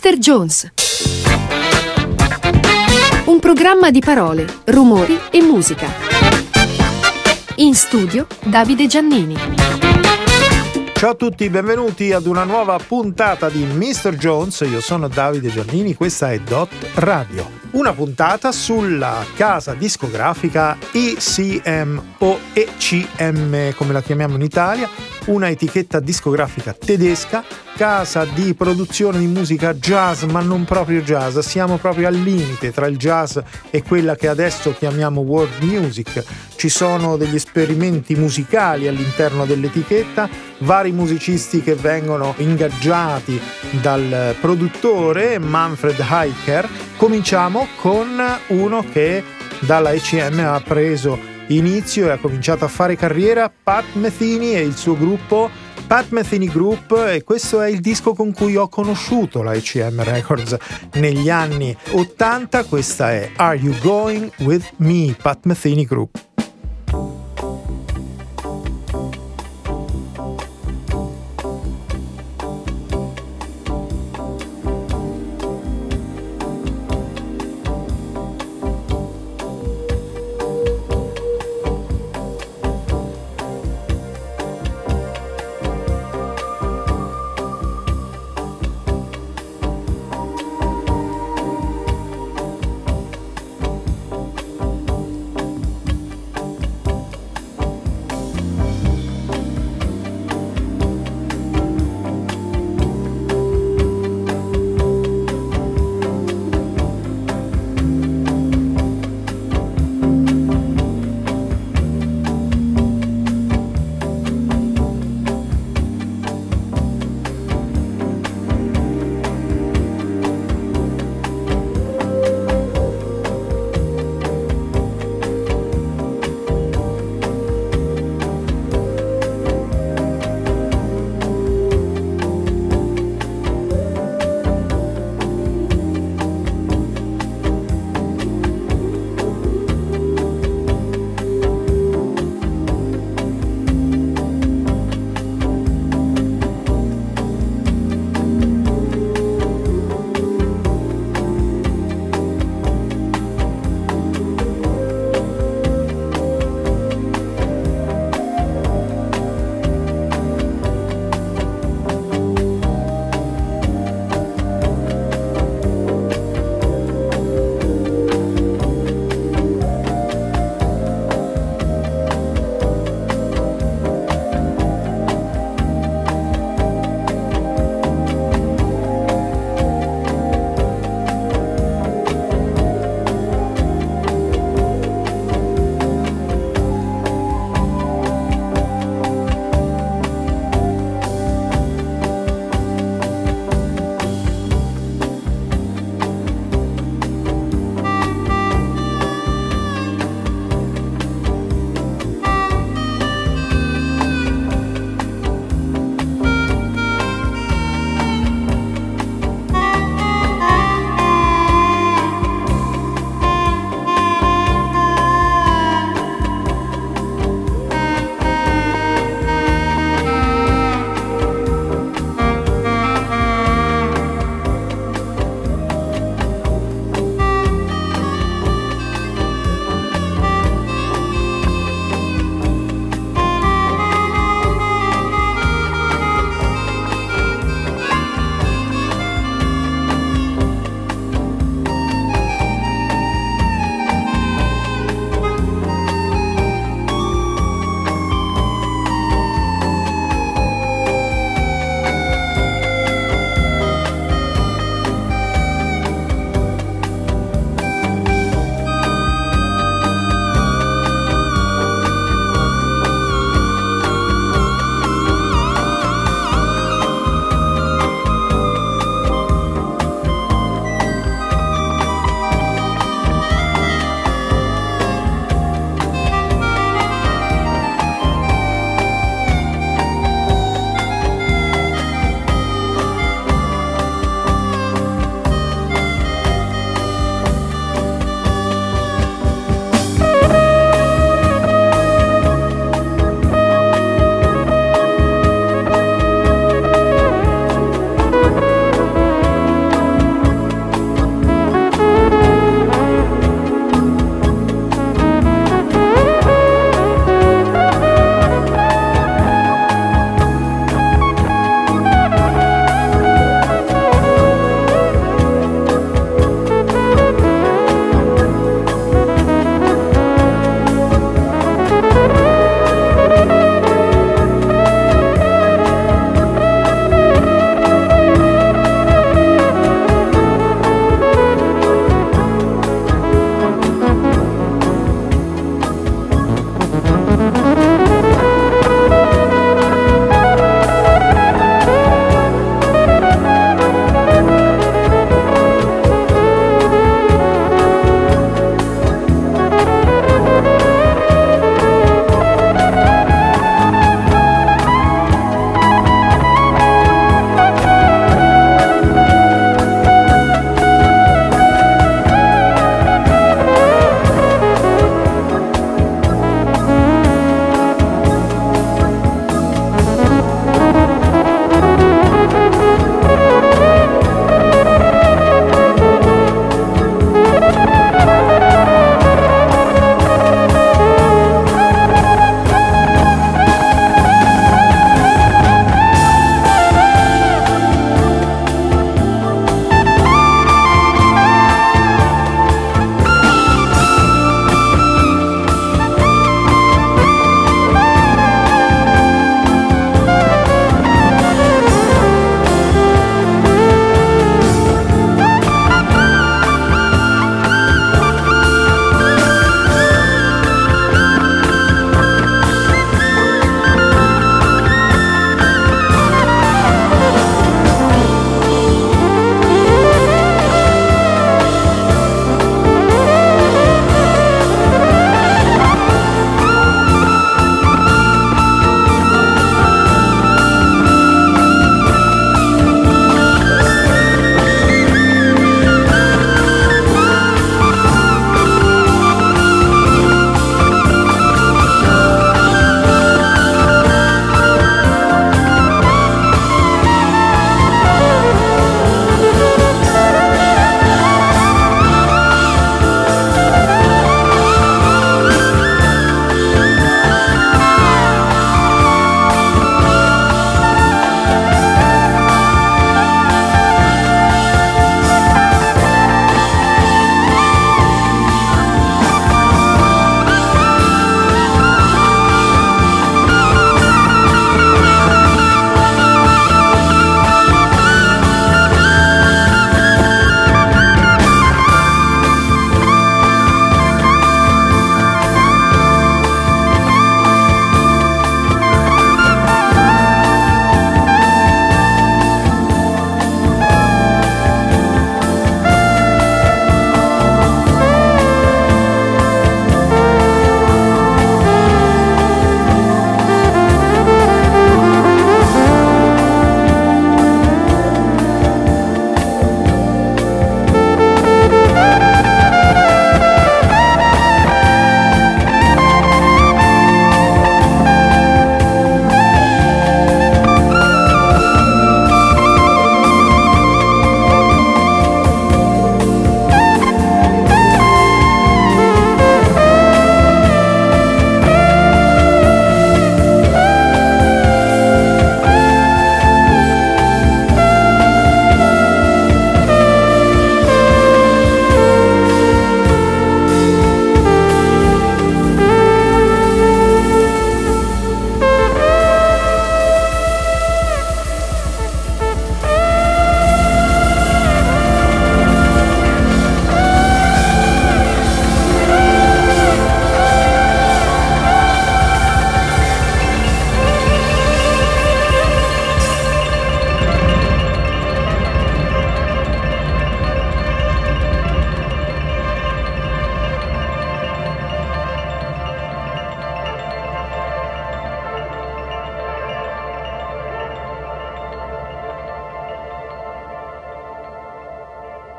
Mr. Jones. Un programma di parole, rumori e musica. In studio Davide Giannini. Ciao a tutti, benvenuti ad una nuova puntata di Mr. Jones. Io sono Davide Giannini, questa è Dot Radio. Una puntata sulla casa discografica ECM o ECM, come la chiamiamo in Italia, una etichetta discografica tedesca, casa di produzione di musica jazz, ma non proprio jazz. Siamo proprio al limite tra il jazz e quella che adesso chiamiamo world music. Ci sono degli esperimenti musicali all'interno dell'etichetta, vari musicisti che vengono ingaggiati dal produttore Manfred Eicher. Cominciamo con uno che dalla ECM ha preso inizio e ha cominciato a fare carriera, Pat Metheny e il suo gruppo Pat Metheny Group, e questo è il disco con cui ho conosciuto la ECM Records negli anni 80. Questa è Are You Going With Me, Pat Metheny Group.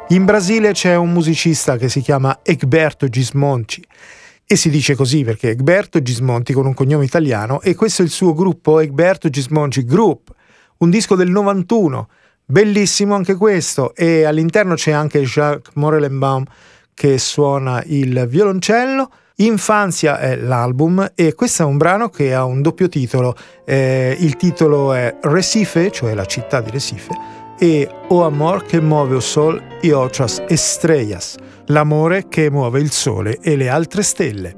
In Brasile c'è un musicista che si chiama Egberto Gismonti, e si dice così perché Egberto Gismonti con un cognome italiano, e questo è il suo gruppo, Egberto Gismonti Group, un disco del 91, bellissimo anche questo, e all'interno c'è anche Jacques Morelenbaum che suona il violoncello. Infanzia è l'album, e questo è un brano che ha un doppio titolo, il titolo è Recife, cioè la città di Recife, e O amor que muove o sol y otras estrellas, l'amore che muove il sole e le altre stelle.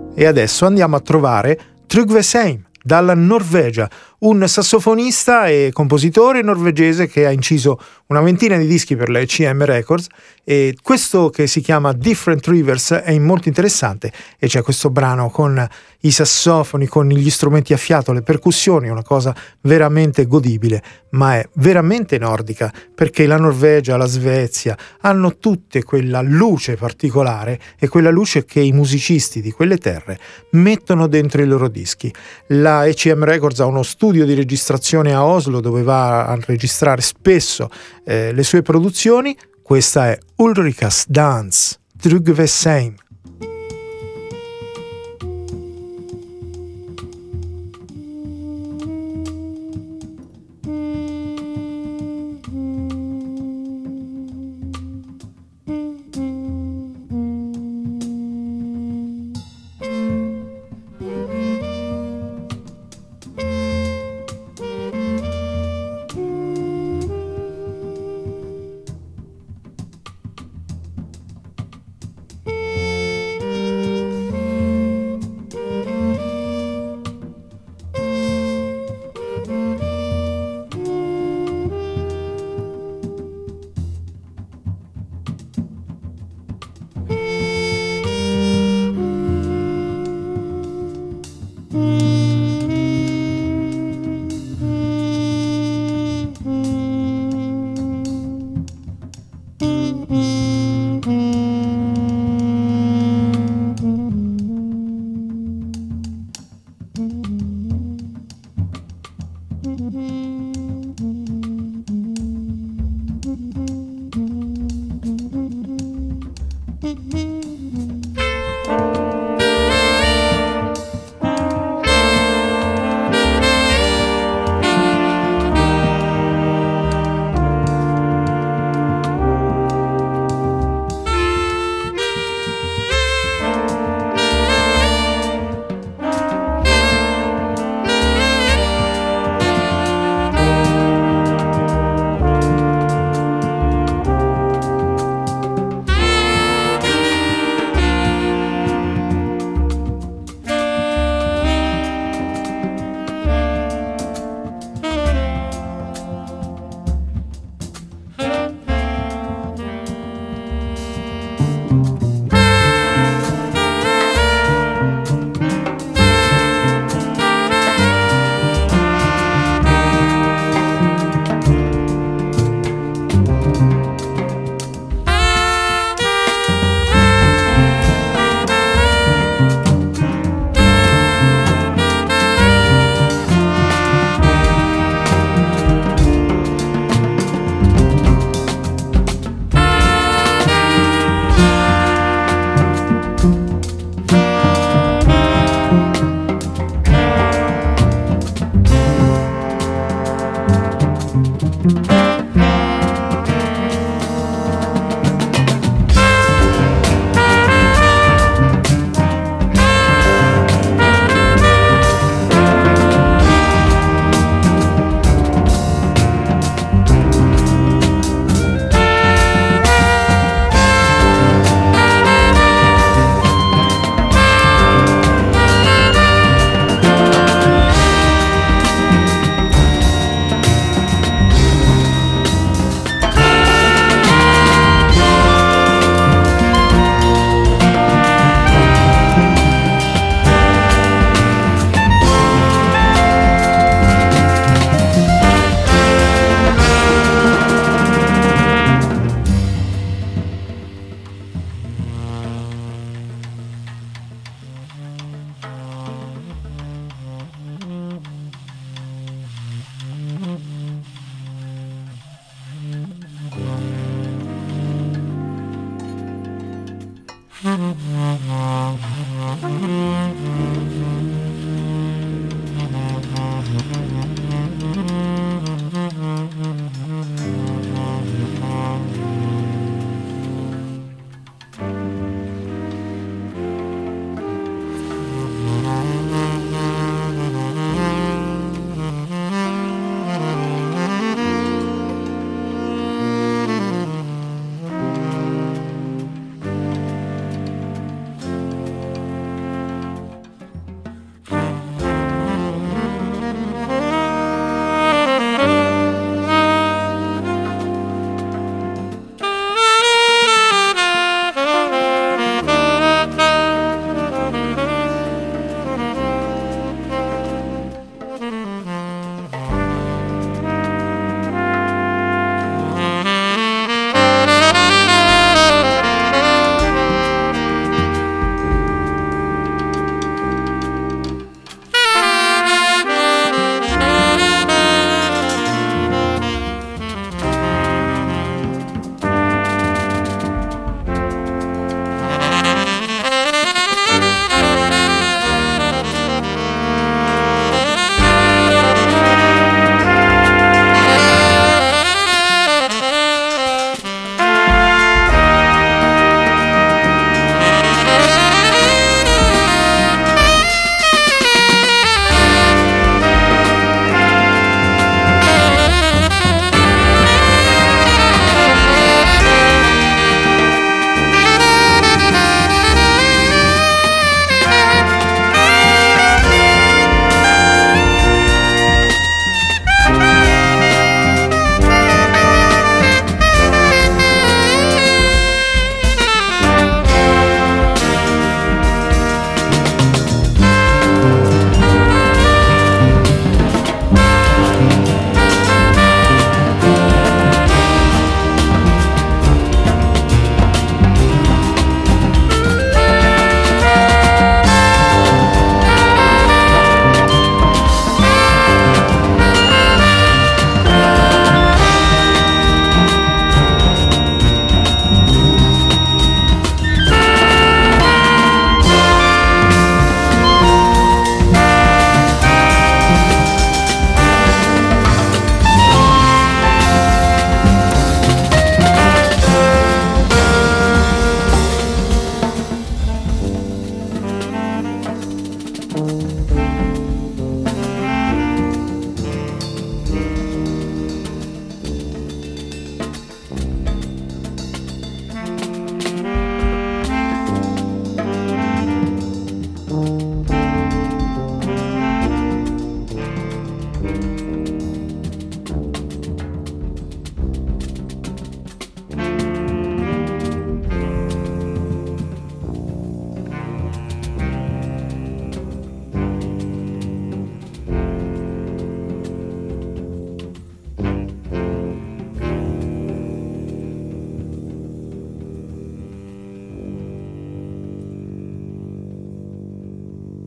E adesso andiamo a trovare Trygve Seim dalla Norvegia, un sassofonista e compositore norvegese che ha inciso una ventina di dischi per la ECM Records, e questo, che si chiama Different Rivers, è molto interessante, e c'è questo brano con i sassofoni, con gli strumenti a fiato, le percussioni, una cosa veramente godibile, ma è veramente nordica, perché la Norvegia, la Svezia hanno tutte quella luce particolare e quella luce che i musicisti di quelle terre mettono dentro i loro dischi. La ECM Records ha uno studio di registrazione a Oslo dove va a registrare spesso le sue produzioni. Questa è Ulrikas Dans, Trygve Seim.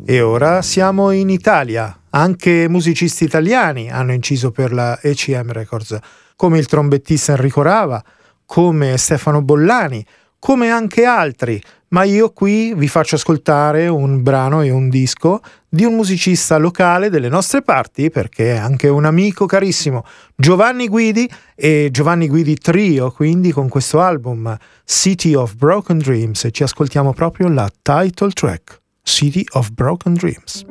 E ora siamo in Italia. Anche musicisti italiani hanno inciso per la ECM Records, come il trombettista Enrico Rava, come Stefano Bollani, come anche altri. Ma io qui vi faccio ascoltare un brano e un disco di un musicista locale delle nostre parti, perché è anche un amico carissimo, Giovanni Guidi e Giovanni Guidi Trio, quindi con questo album City of Broken Dreams, e ci ascoltiamo proprio la title track, City of Broken Dreams.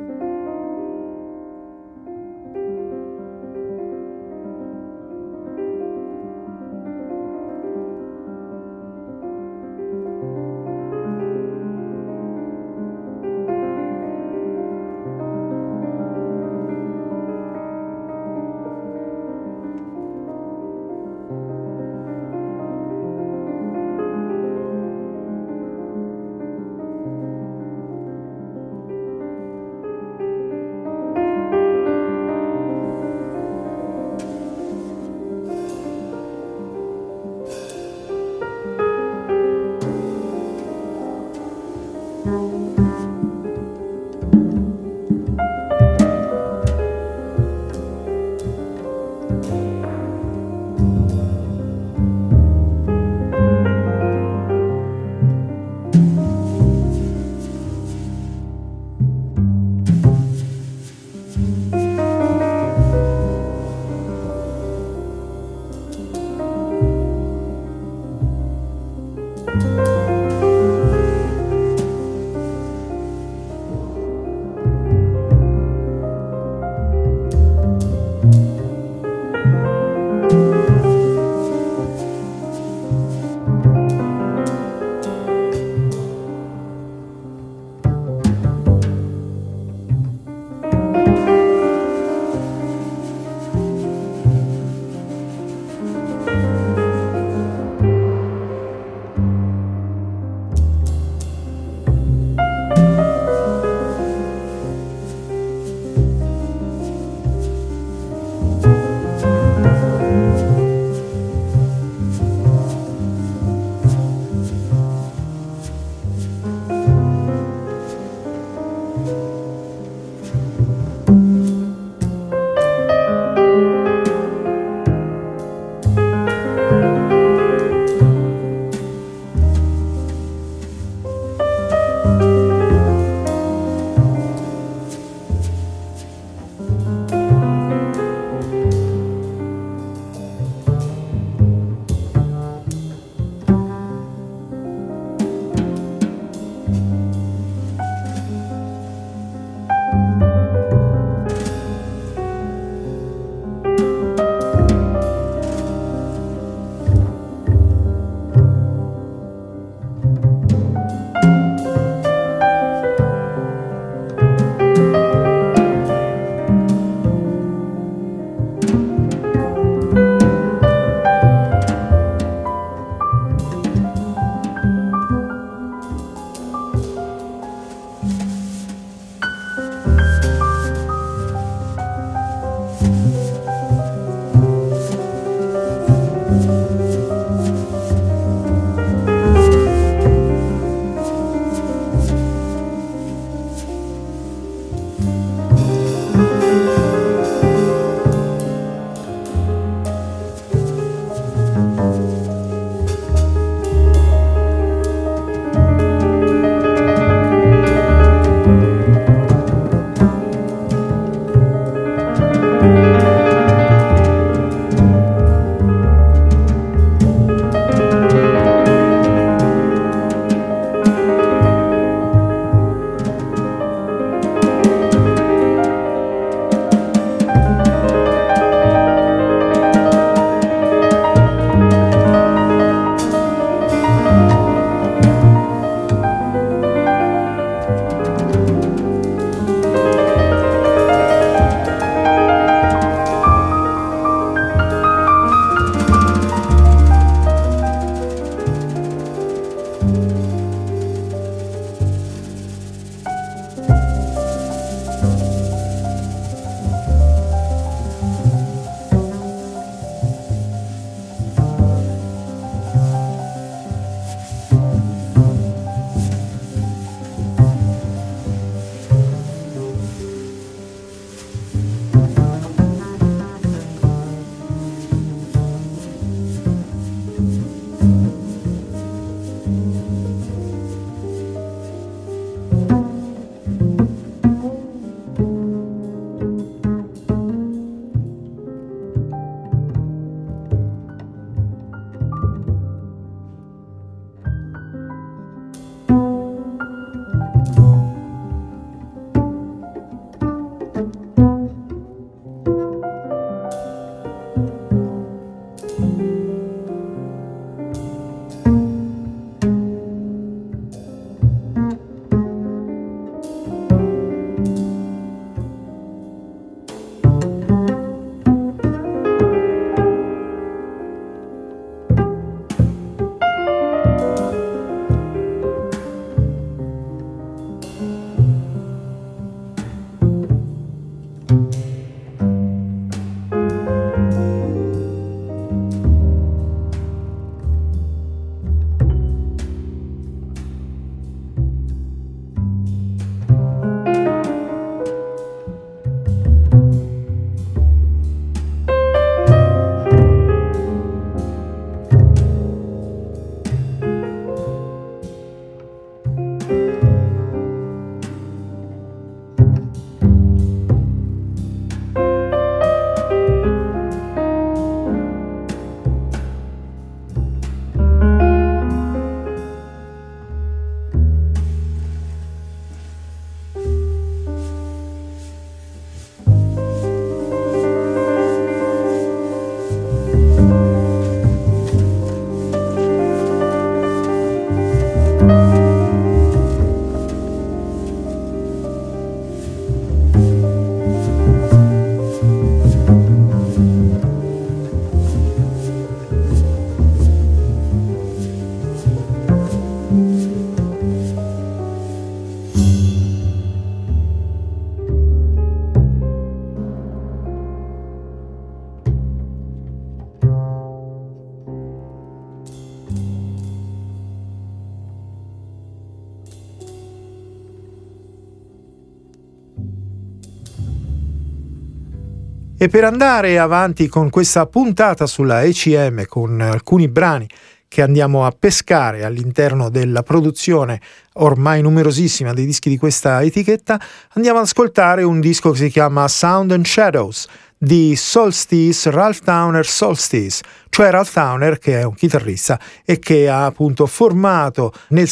E per andare avanti con questa puntata sulla ECM, con alcuni brani che andiamo a pescare all'interno della produzione ormai numerosissima dei dischi di questa etichetta, andiamo ad ascoltare un disco che si chiama Sound and Shadows di Solstice, Ralph Towner Solstice, cioè Ralph Towner, che è un chitarrista e che ha appunto formato nel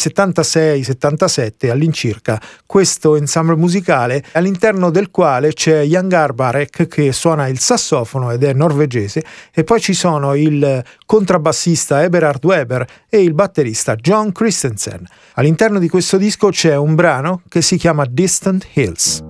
76-77 all'incirca questo ensemble musicale, all'interno del quale c'è Jan Garbarek che suona il sassofono ed è norvegese, e poi ci sono il contrabbassista Eberhard Weber e il batterista John Christensen. All'interno di questo disco c'è un brano che si chiama Distant Hills.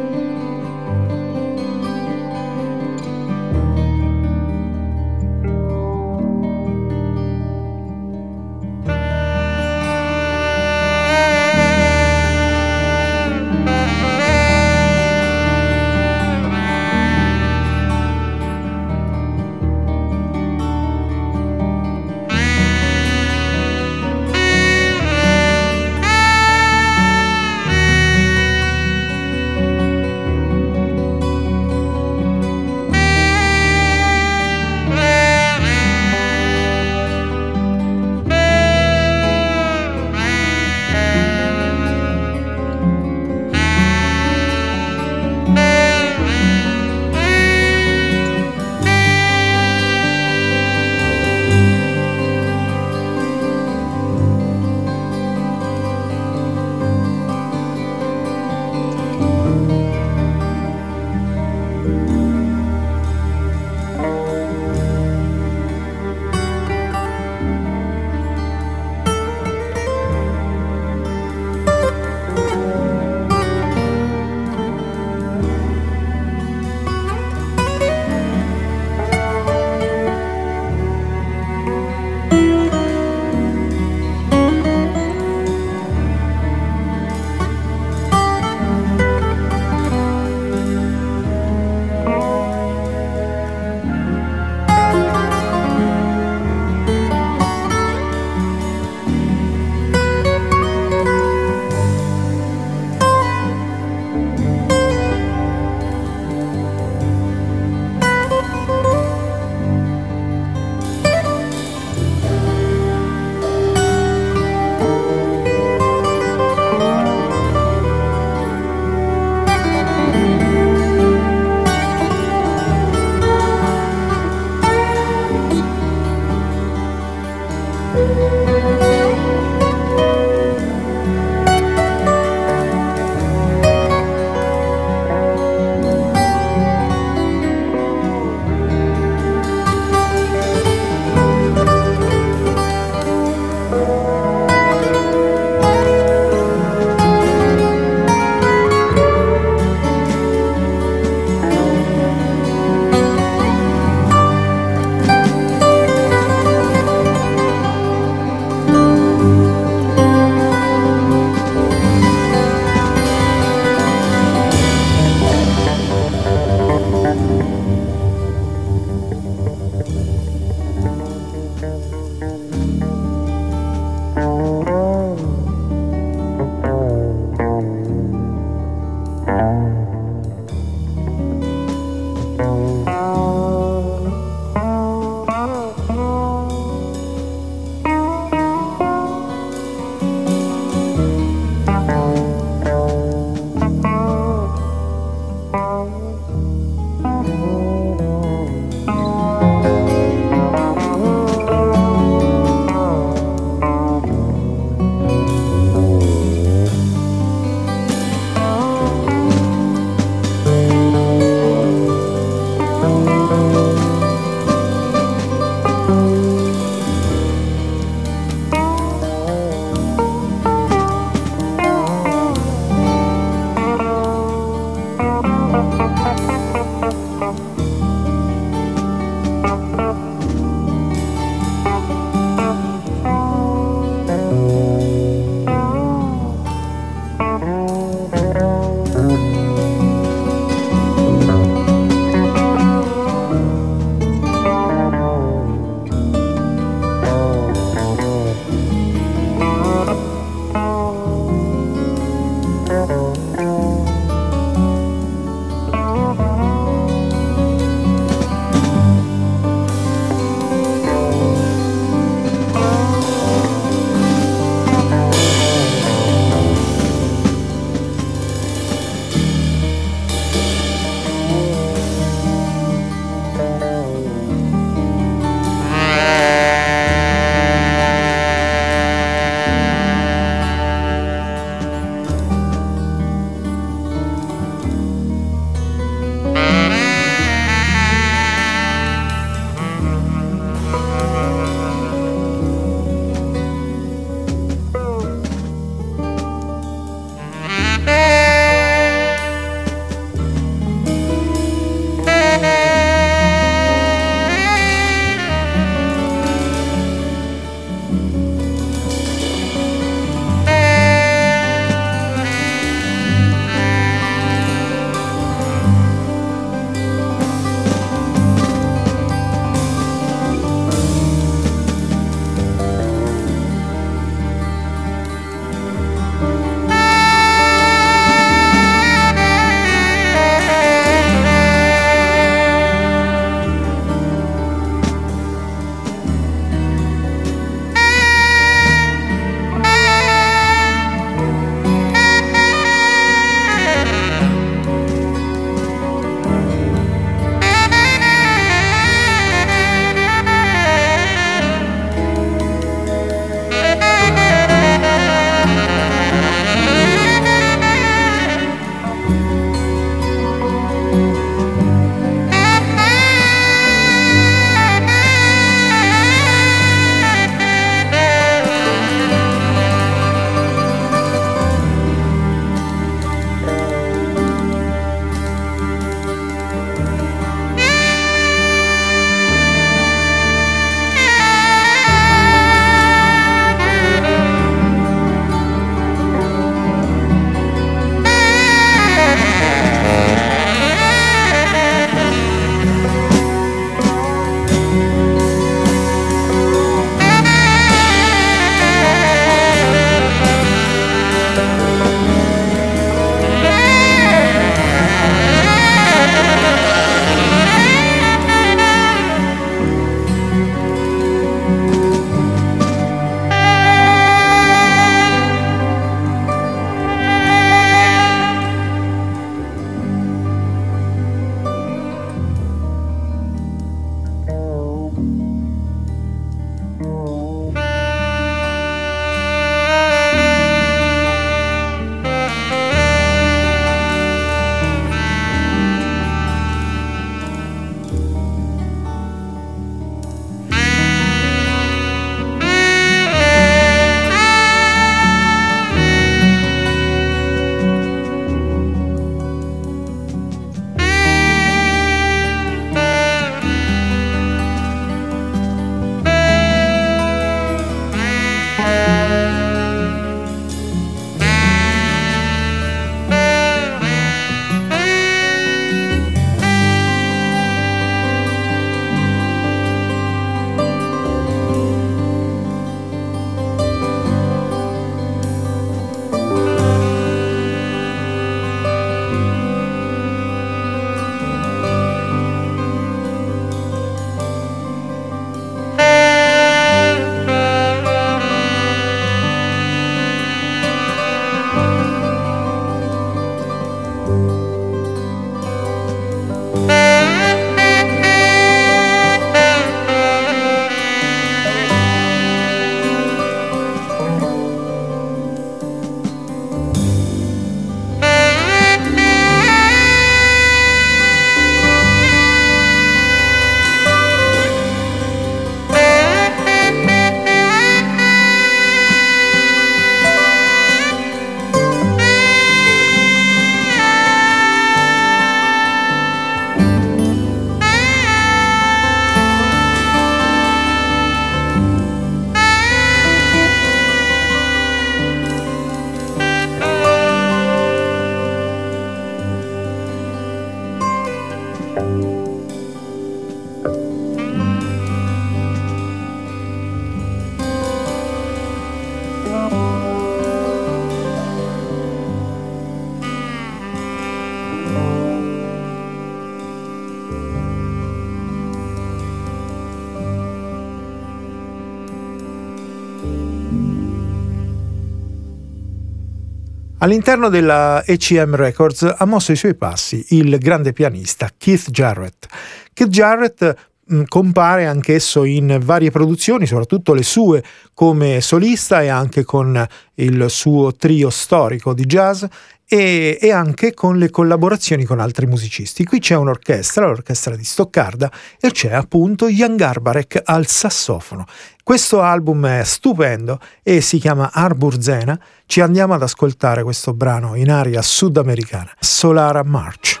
All'interno della ECM Records ha mosso i suoi passi il grande pianista Keith Jarrett. Keith Jarrett compare anch'esso in varie produzioni, soprattutto le sue come solista e anche con il suo trio storico di jazz e anche con le collaborazioni con altri musicisti. Qui c'è un'orchestra, l'orchestra di Stoccarda, e c'è appunto Jan Garbarek al sassofono. Questo album è stupendo e si chiama Arbor Zena. Ci andiamo ad ascoltare questo brano in aria sudamericana, Solara March.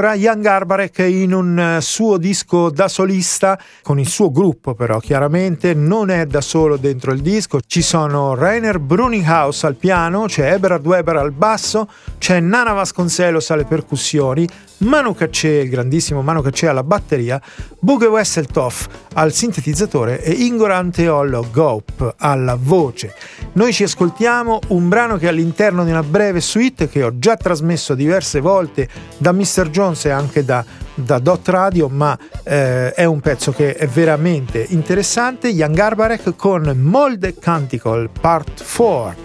Allora, Jan Garbarek in un suo disco da solista, con il suo gruppo però chiaramente, non è da solo dentro il disco, ci sono Rainer Bruninghaus al piano, c'è Eberhard Weber al basso, c'è Nana Vasconcelos alle percussioni, Manu Katché, il grandissimo Manu Katché alla batteria, Bugge Wesseltoft al sintetizzatore e Ingoran Teolo Gaup alla voce. Noi ci ascoltiamo un brano che è all'interno di una breve suite che ho già trasmesso diverse volte da Mr. Jones e anche da Dot Radio, ma è un pezzo che è veramente interessante. Jan Garbarek con Molde Canticle Part 4.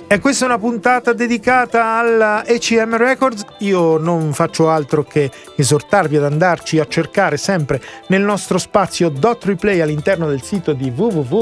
E questa è una puntata dedicata alla ECM Records. Io non faccio altro che esortarvi ad andarci a cercare sempre nel nostro spazio Dot Replay all'interno del sito di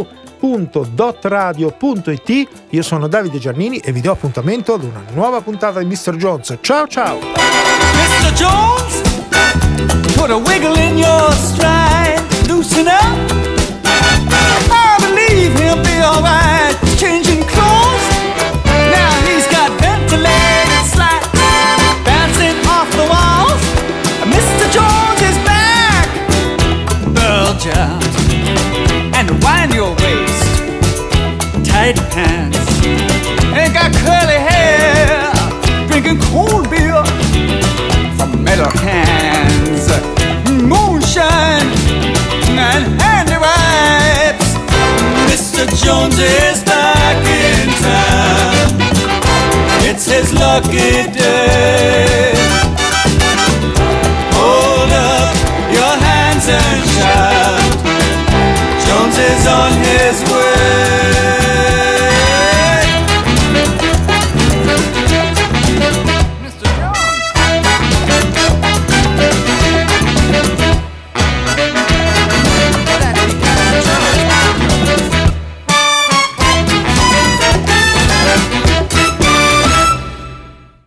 www.dotradio.it. Io sono Davide Giannini e vi do appuntamento ad una nuova puntata di Mr. Jones. Ciao ciao! Mr. Jones, put a wiggle in your stride, loosen up. I believe he'll be alright. Changing clothes, now he's got ventilated slats bouncing off the walls. Mr. Jones is back. Bulge out and wind your waist, tight pants, and got curly hair, drinking cold beer from metal cans, moonshine and handy wipes. Mr. Jones is back in town. It's his lucky day.